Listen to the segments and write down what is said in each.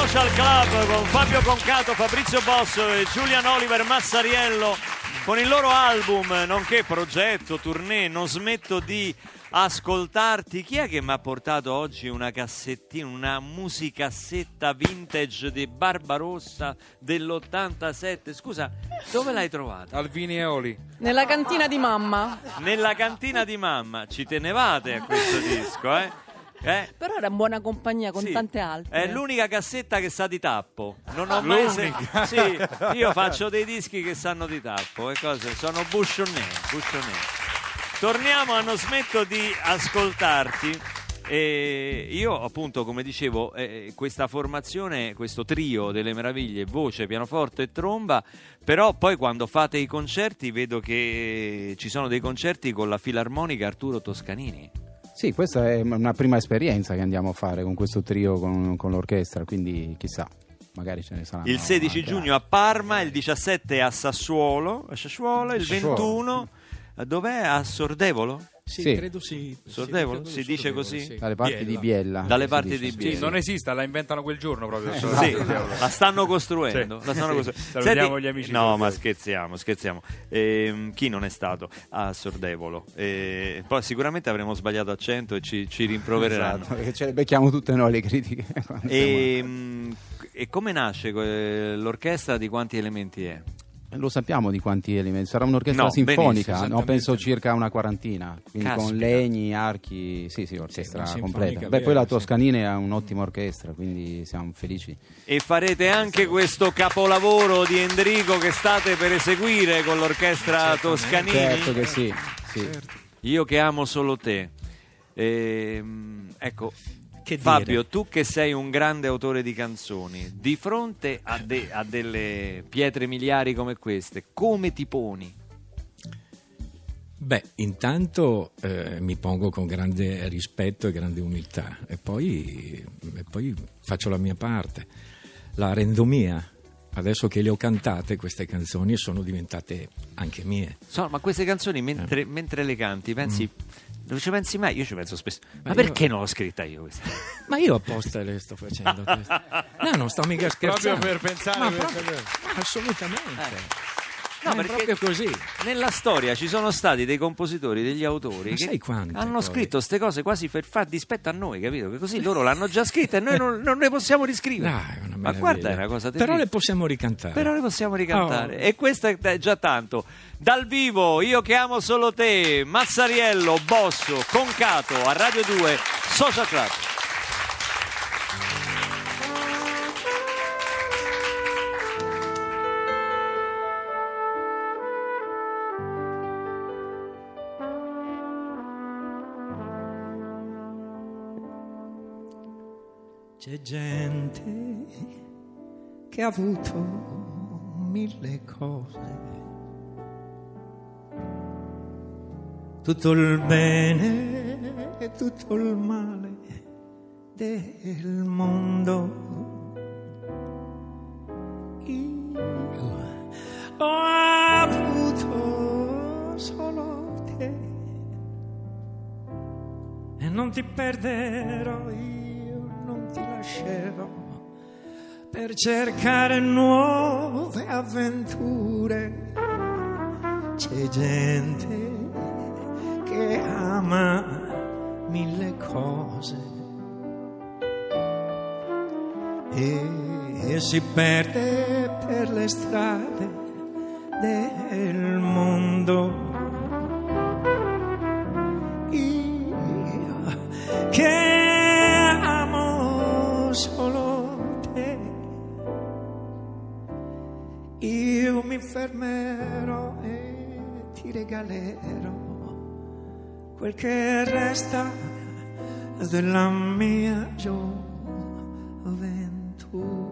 Social Club con Fabio Concato, Fabrizio Bosso e Julian Oliver Mazzariello con il loro album, nonché progetto, tournée, Non smetto di ascoltarti. Chi è che mi ha portato oggi una cassettina, una musicassetta vintage di Barbarossa dell'87? Scusa, dove l'hai trovata? Alvini e Oli. Nella cantina di mamma. Nella cantina di mamma. Ci tenevate a questo disco, eh? Però era in buona compagnia con Sì, tante altre. è l'unica cassetta che sa di tappo. Non ho mai sì, io faccio dei dischi che sanno di tappo e cose, sono Bouchonnet. Torniamo a Non smetto di ascoltarti. E io appunto, come dicevo, questa formazione, questo trio delle meraviglie, voce, pianoforte e tromba, però poi quando fate i concerti vedo che ci sono dei concerti con la Filarmonica Arturo Toscanini. Sì, questa è una prima esperienza che andiamo a fare con questo trio, con l'orchestra, quindi chissà, magari ce ne saranno. Il 16 giugno a Parma, il 17 a Sassuolo, il 21 dov'è? A Sordevolo? Sì, credo sì. Sordevolo? Credo si dice così? Sì. Dalle parti di Biella. Dalle parti di Sì, Biella. non esiste, la inventano quel giorno proprio. Sì, la stanno costruendo. Sì. La stanno costruendo. Salutiamo Senti, gli amici. no, ma scherziamo. Chi non è stato a Sordevolo? Poi sicuramente avremo sbagliato accento e ci rimprovereranno. Esatto, perché ce le becchiamo tutte noi le critiche. E come nasce l'orchestra? Di quanti elementi è? Lo sappiamo di quanti elementi. Sarà un'orchestra No, sinfonica, benissimo, penso circa una quarantina, quindi Caspita. con legni, archi, sì, orchestra Sì, completa. vera, Poi la sì. Toscanini è un'ottima orchestra, quindi siamo felici. E farete anche questo capolavoro di Endrico che state per eseguire con l'orchestra Toscanini? Certo che sì. Io che amo solo te. Ecco, Che Fabio, dire? tu che sei un grande autore di canzoni, di fronte a delle pietre miliari come queste, come ti poni? Beh, intanto mi pongo con grande rispetto e grande umiltà e poi faccio la mia parte, la rendo mia. Adesso che le ho cantate, queste canzoni sono diventate anche mie. Ma queste canzoni mentre le canti pensi... Non ci pensi mai? Io ci penso spesso. Ma io- perché non l'ho scritta io questa? Ma io apposta le sto facendo queste. No, non sto mica scherzando. Proprio per pensare Ma a questa proprio- cosa. ma assolutamente. No, È perché proprio così. nella storia ci sono stati dei compositori, degli autori Ma che sai quante hanno poi? scritto queste cose quasi per far dispetto a noi, capito? Che così loro l'hanno già scritta e noi non ne possiamo riscrivere. Dai, una Ma meraviglia. guarda, è una cosa terribile. Però le possiamo ricantare. Però le possiamo ricantare. Oh. E questo è già tanto. Dal vivo, Io che amo solo te, Mazzariello, Bosso, Concato a Radio 2, Social Club. C'è gente che ha avuto mille cose, tutto il bene e tutto il male del mondo. Io ho avuto solo te e non ti perderò, io non ti lascerò per cercare nuove avventure. C'è gente che ama mille cose e si perde per le strade del mondo. Io che amo solo te, io mi fermerò e ti regalerò quel che resta della mia gioventù.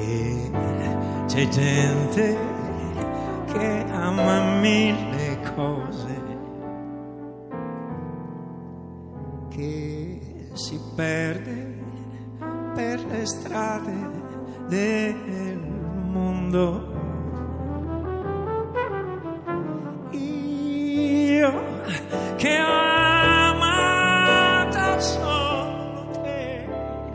E c'è gente che ama mille cose, che si perde per le strade del mondo. Io che ho amato solo te,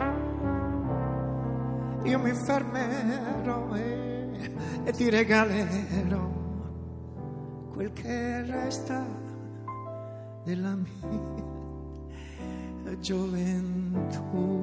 io mi fermerò e ti regalerò quel che resta della mia gioventù.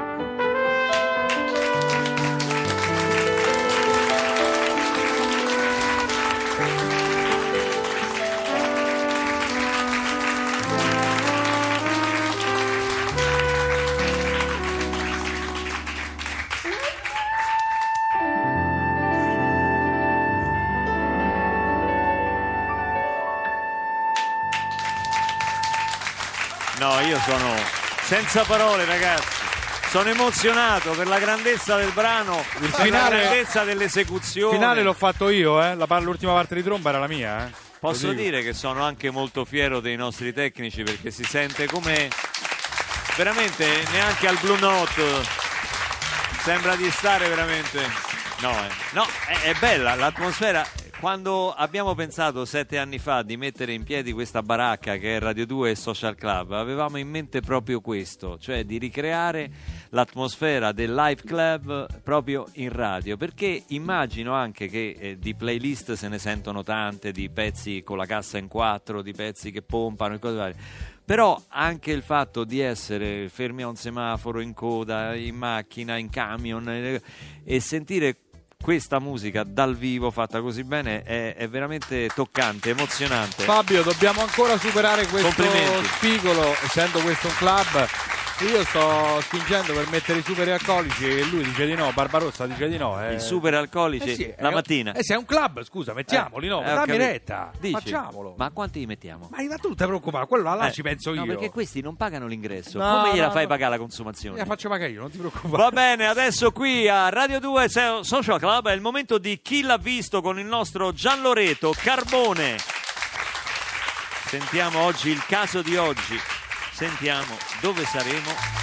No, io sono senza parole, ragazzi. Sono emozionato per la grandezza del brano, Il per la finale- grandezza dell'esecuzione. Il finale l'ho fatto io, l'ultima parte di tromba era la mia. Posso Lo dico. dire che sono anche molto fiero dei nostri tecnici, perché si sente come veramente neanche al Blue Note sembra di stare veramente. No, è bella l'atmosfera. Quando abbiamo pensato 7 anni fa di mettere in piedi questa baracca che è Radio 2 e Social Club, avevamo in mente proprio questo, cioè di ricreare l'atmosfera del live club proprio in radio, perché immagino anche che di playlist se ne sentono tante, di pezzi con la cassa in 4, di pezzi che pompano e cose varie. Però anche il fatto di essere fermi a un semaforo, in coda, in macchina, in camion e sentire questa musica dal vivo fatta così bene è veramente toccante, emozionante. Fabio, dobbiamo ancora superare questo Complimenti. spigolo, essendo questo un club. Io sto spingendo per mettere i super alcolici e lui dice di no, Barbarossa dice di no. I super alcolici sì, la mattina. se è un club, scusa, mettiamoli, no? ho Dammi capito. retta, Dici? facciamolo. Ma quanti li mettiamo? Ma tu non ti preoccupare, quello là ci penso io. No, perché questi non pagano l'ingresso. No, Come gliela no, fai no. pagare la consumazione? La faccio pagare io, non ti preoccupare. Va bene, adesso qui a Radio 2 Social Club è il momento di Chi l'ha visto con il nostro Gianloreto Carbone. Sentiamo oggi il caso di oggi. Sentiamo dove saremo.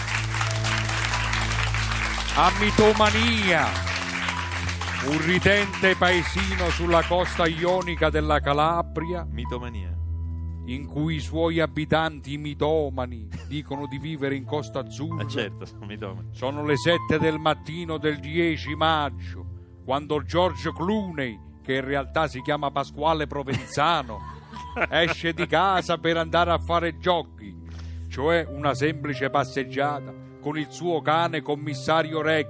A Mitomania, un ridente paesino sulla costa ionica della Calabria, Mitomania. in cui i suoi abitanti mitomani dicono di vivere in Costa Azzurra. Certo, sono mitomani. Sono le 7 del mattino del 10 maggio, quando George Clooney, che in realtà si chiama Pasquale Provenzano, esce di casa per andare a fare jogging, cioè una semplice passeggiata, con il suo cane commissario Rex,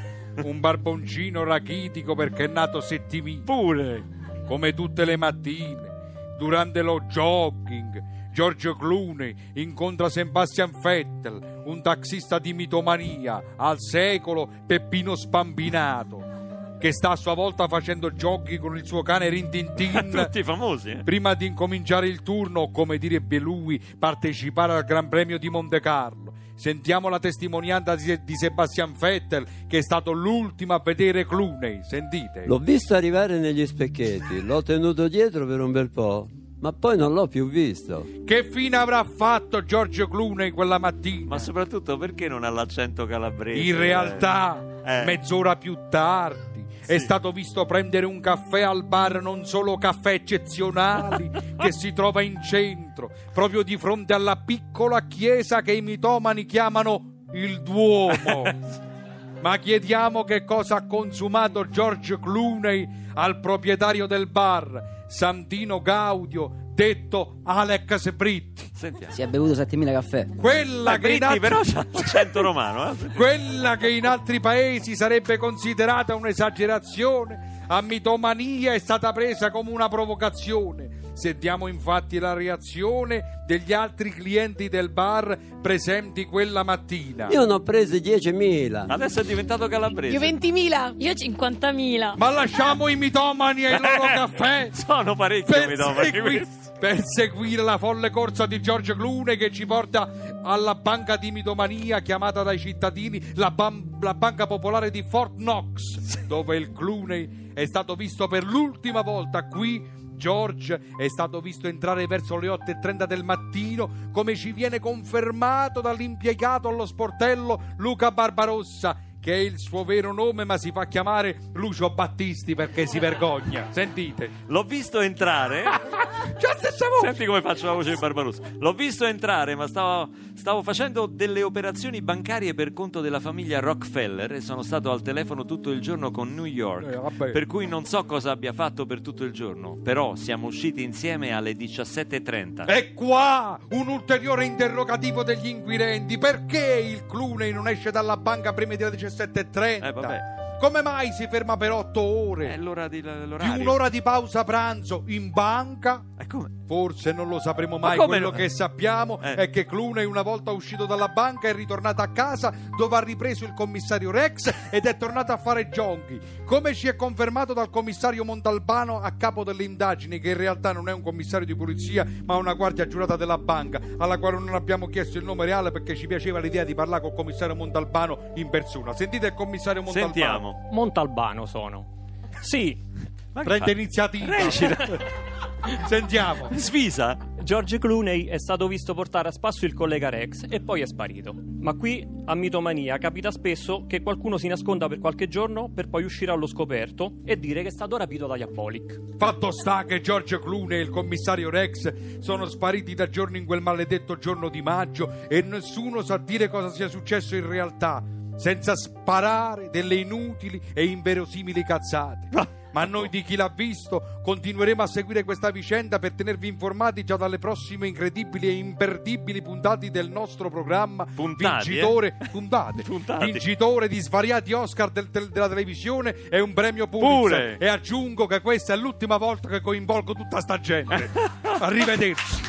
un barboncino rachitico perché è nato settimino. Pure. Come tutte le mattine, durante lo jogging, George Clooney incontra Sebastian Vettel, un taxista di mitomania, al secolo Peppino Spambinato, che sta a sua volta facendo jogging con il suo cane Rintintin. Tutti famosi, Prima di incominciare il turno, o come direbbe lui, partecipare al Gran Premio di Monte Carlo. Sentiamo la testimonianza di Sebastian Vettel, che è stato l'ultimo a vedere Clooney. Sentite. L'ho visto arrivare negli specchietti, l'ho tenuto dietro per un bel po', ma poi non l'ho più visto. Che fine avrà fatto George Clooney quella mattina? Ma soprattutto perché non ha l'accento calabrese? In realtà, mezz'ora più tardi, è stato visto prendere un caffè al bar Non Solo Caffè Eccezionali, che si trova in centro, proprio di fronte alla piccola chiesa che i mitomani chiamano il Duomo. Ma chiediamo che cosa ha consumato George Clooney al proprietario del bar, Santino Gaudio, detto Alex Britti. Sentiamo. Si è bevuto 7.000 caffè. Quella che in Britti altri... però c'ha l'accento romano. Quella che in altri paesi sarebbe considerata un'esagerazione, a mitomania è stata presa come una provocazione. Sentiamo infatti la reazione degli altri clienti del bar presenti quella mattina. Io ne ho presi 10.000. Adesso è diventato calabrese. Io 20.000. Io 50.000. Ma lasciamo i mitomani ai loro caffè Sono parecchio mitomani questi. per seguire la folle corsa di George Clooney, che ci porta alla banca di mitomania chiamata dai cittadini la la Banca Popolare di Fort Knox, dove il Clooney è stato visto per l'ultima volta. Qui George è stato visto entrare verso le 8:30 del mattino, come ci viene confermato dall'impiegato allo sportello Luca Barbarossa, che è il suo vero nome, ma si fa chiamare Lucio Battisti perché si vergogna. Sentite. L'ho visto entrare. C'è la stessa voce. Senti come faccio la voce di Barbarossa. L'ho visto entrare, ma stavo facendo delle operazioni bancarie per conto della famiglia Rockefeller e sono stato al telefono tutto il giorno con New York, per cui non so cosa abbia fatto per tutto il giorno, però siamo usciti insieme alle 17:30. E qua un ulteriore interrogativo degli inquirenti: perché il Clooney non esce dalla banca prima delle 17:30? Vabbè. Come mai si ferma per 8 ore? È l'orario. Di un'ora di pausa pranzo in banca? E come? Forse non lo sapremo mai. Quello che sappiamo è che Clooney, una volta uscito dalla banca, è ritornato a casa dove ha ripreso il commissario Rex ed è tornato a fare giochi, come ci è confermato dal commissario Montalbano a capo delle indagini, che in realtà non è un commissario di polizia ma una guardia giurata della banca, alla quale non abbiamo chiesto il nome reale perché ci piaceva l'idea di parlare con il commissario Montalbano in persona. Sentite il commissario Montalbano. Sentiamo. Montalbano sono. Sì. Prende iniziativa. Sentiamo. Svisa. George Clooney è stato visto portare a spasso il collega Rex e poi è sparito. Ma qui, a Mitomania, capita spesso che qualcuno si nasconda per qualche giorno per poi uscire allo scoperto e dire che è stato rapito da Diabolic. Fatto sta che George Clooney e il commissario Rex sono spariti da giorno in quel maledetto giorno di maggio e nessuno sa dire cosa sia successo in realtà, senza sparare delle inutili e inverosimili cazzate. Ma noi di Chi l'ha visto continueremo a seguire questa vicenda per tenervi informati già dalle prossime incredibili e imperdibili puntate del nostro programma. Vincitore di svariati Oscar della televisione e un premio Pulitzer. E aggiungo che questa è l'ultima volta che coinvolgo tutta sta gente. Arrivederci.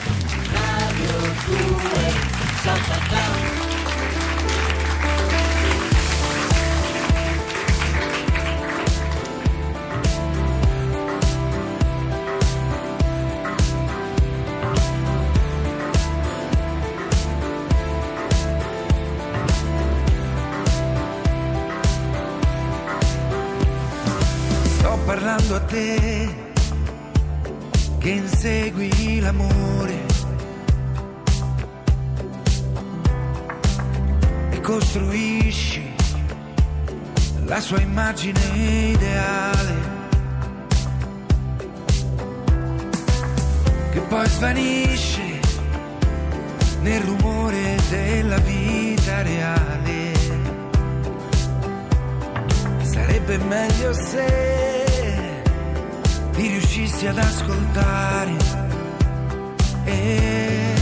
Parlando a te che insegui l'amore e costruisci la sua immagine ideale, che poi svanisce nel rumore della vita reale. Sarebbe meglio se ti riuscissi ad ascoltare e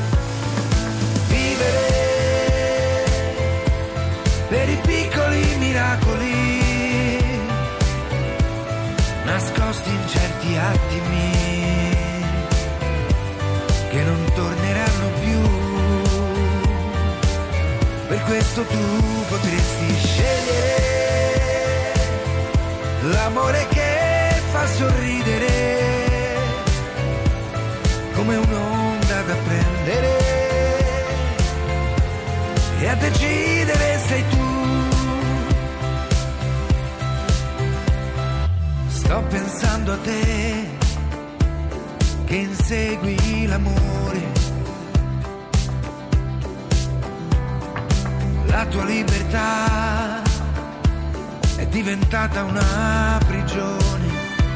vivere per i piccoli miracoli nascosti in certi attimi che non torneranno più. Per questo tu potresti scegliere l'amore che fa sorridere come un'onda da prendere, e a decidere sei tu. Sto pensando a te che insegui l'amore, la tua libertà è diventata una prigione.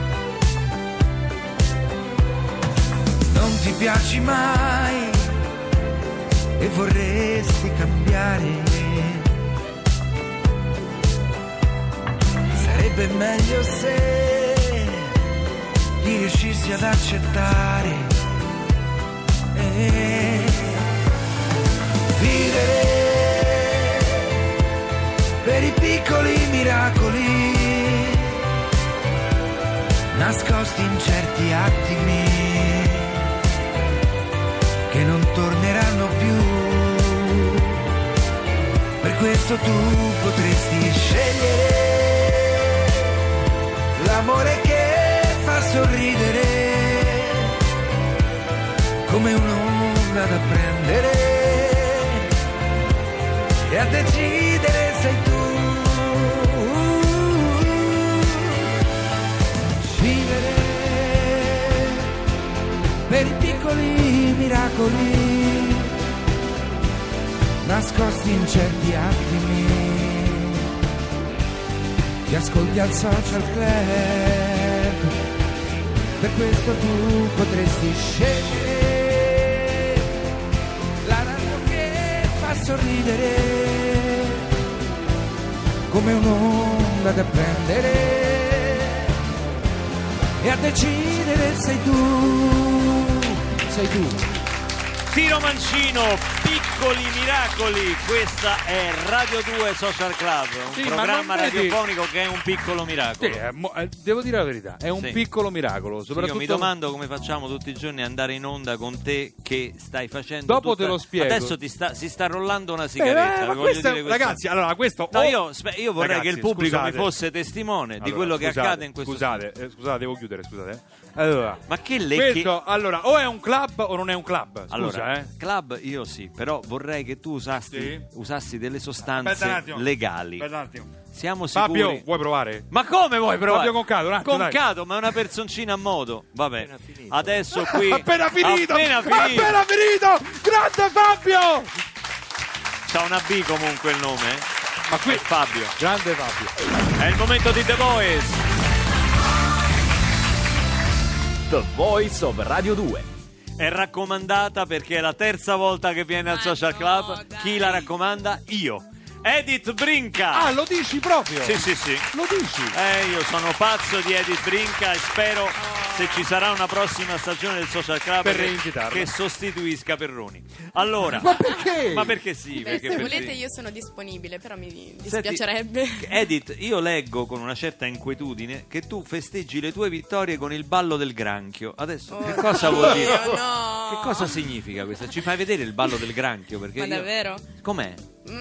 Non ti piaci mai e vorresti cambiare. Sarebbe meglio se ti riuscissi ad accettare e vivere per i piccoli miracoli nascosti in certi attimi che non torneranno più. Per questo tu potresti scegliere l'amore che fa sorridere come un'onda da prendere, e a decidere sei tu. per i piccoli miracoli nascosti in certi attimi. Ti ascolti al Social Club, per questo tu potresti scegliere la radio che fa sorridere, come un'onda da prendere, e a decidere sei tu, sei tu. Tiro Mancino, Piccoli Miracoli, questa è Radio 2 Social Club, un programma radiofonico che è un piccolo miracolo. Sì, devo dire la verità, è un piccolo miracolo. Soprattutto... Io mi domando come facciamo tutti i giorni ad andare in onda con te che stai facendo Dopo te lo spiego. Adesso si sta rollando una sigaretta. Ma questo, ragazzi, allora questo... No, io vorrei ragazzi, che il pubblico scusate. mi fosse testimone di quello che accade in questo Scusate, devo chiudere, scusate. Allora, ma che questo, allora, o è un club o non è un club. Scusa, allora, club io sì, però vorrei che tu usassi delle sostanze legali. Aspetta un attimo. Siamo sicuri. Fabio, vuoi provare? Ma come vuoi provare? Fabio Concato, un attimo, Concato, ma è una personcina a modo. Vabbè, adesso qui appena finito! Appena finito! Grande Fabio! C'ha una B comunque il nome, Ma qui è Fabio. Grande Fabio. È il momento di The Voice. The Voice of Radio 2. È raccomandata perché è la terza volta che viene al Social Club. Chi la raccomanda? Io. Edith Brinca. Ah, lo dici proprio? Sì. Lo dici? Io sono pazzo di Edith Brinca e spero, se ci sarà una prossima stagione del Social Club, che sostituisca Perroni. Allora, ma perché? Ma perché sì? Beh, perché se volete io sono disponibile, però mi dispiacerebbe. Senti, Edith, io leggo con una certa inquietudine che tu festeggi le tue vittorie con il ballo del granchio. Adesso che cosa vuol dire? No. Che cosa significa questo? Ci fai vedere il ballo del granchio? Perché Ma davvero? Com'è?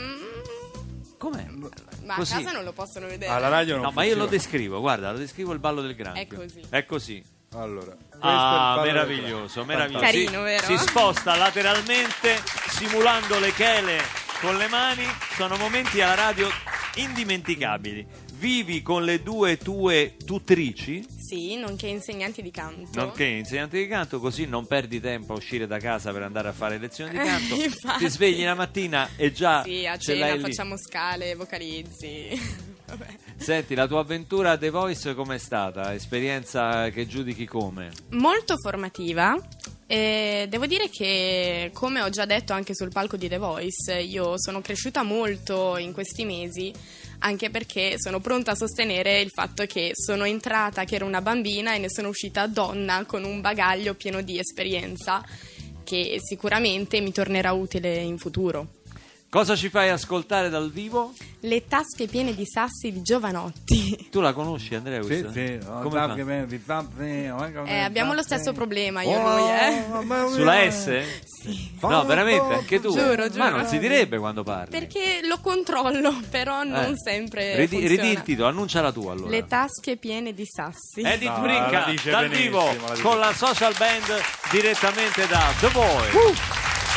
Com'è? Ma Così. A casa non lo possono vedere. Alla radio non No, ma io lo descrivo, guarda, lo descrivo il ballo del granchio. È così. È così. Allora, Meraviglioso. Carino, vero? Si sposta lateralmente simulando le chele con le mani. Sono momenti alla radio indimenticabili. Vivi con le due tue tutrici? Sì, nonché insegnanti di canto. Nonché insegnanti di canto, così non perdi tempo a uscire da casa per andare a fare lezioni di canto. Infatti. Ti svegli la mattina e già Sì, a ce cena l'hai lì. facciamo scale, vocalizzi. Vabbè. Senti, la tua avventura a The Voice com'è stata? Esperienza che giudichi come? Molto formativa. E devo dire che, come ho già detto anche sul palco di The Voice, io sono cresciuta molto in questi mesi, anche perché sono pronta a sostenere il fatto che sono entrata che ero una bambina e ne sono uscita donna con un bagaglio pieno di esperienza che sicuramente mi tornerà utile in futuro. Cosa ci fai ascoltare dal vivo? Le tasche piene di sassi di Giovanotti. Tu la conosci, Andrea? Questa? Sì. Come fa? Abbiamo lo stesso problema io e voi, Sulla S? Sì. No, veramente, anche tu? Giuro. Ma non si direbbe quando parli. Perché lo controllo, però non sempre funziona. Ridi il titolo, annunciala tu allora. Le tasche piene di sassi. Edith Brinca dal vivo benissimo, con la social band direttamente da The Voice.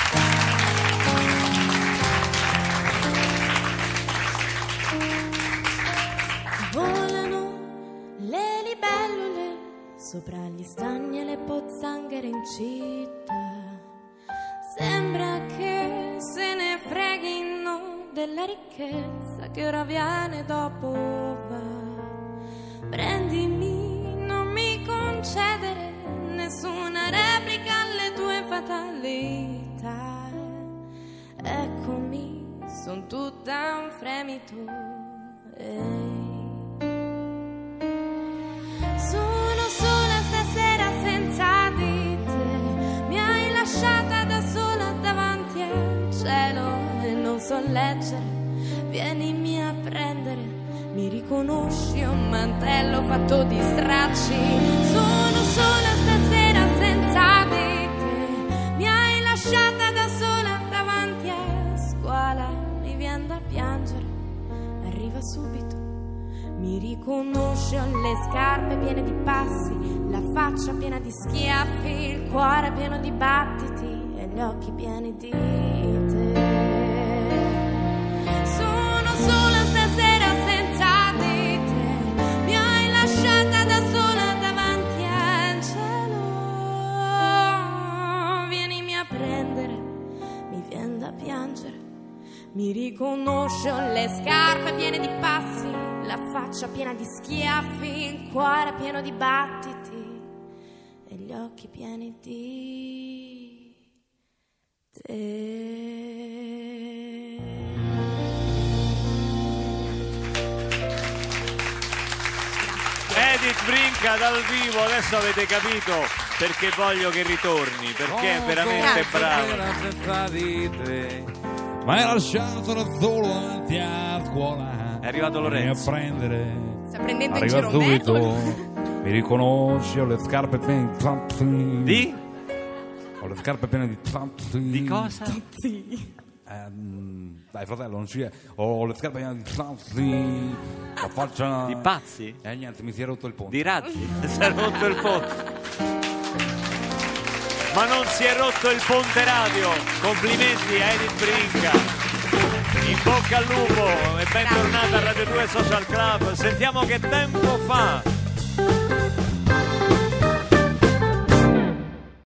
Volano le libellule sopra gli stagni e le pozzanghere in città. Sembra che se ne freghino della ricchezza che ora viene dopo va. Prendimi, non mi concedere nessuna replica alle tue fatalità. Eccomi, son tutta un fremito. Sono sola stasera senza di te, mi hai lasciata da sola davanti al cielo e non so leggere, vienimi a prendere, mi riconosci un mantello fatto di stracci. Sono sola stasera senza di te, mi hai lasciata da sola davanti a scuola, mi vien da piangere, arriva subito. Mi riconosce, ho le scarpe piene di passi, la faccia piena di schiaffi, il cuore pieno di battiti e gli occhi pieni di te. Sono sola stasera senza di te, mi hai lasciata da sola davanti al cielo mi riconosce, ho le scarpe piene di passi, la faccia piena di schiaffi, il cuore pieno di battiti e gli occhi pieni di te. Edith Brinca dal vivo, adesso avete capito perché voglio che ritorni, perché è veramente bravo. Ma hai lasciato da solo avanti a scuola. È arrivato Lorenzo. A prendere. Sta prendendo in Arriva giro subito. me. Mi riconosci, ho le scarpe piene di zanzi. Di? Ho le scarpe piene di zanzi. Di cosa? Dai fratello, non ci è. Ho le scarpe piene di zanzi. La faccia. Di pazzi? Niente, mi si è rotto il ponte. Di razzi? Si è rotto il ponte. Ma non si è rotto il ponte radio. Complimenti a Edith Brinca. In bocca al lupo e bentornata a Radio 2 Social Club. Sentiamo che tempo fa.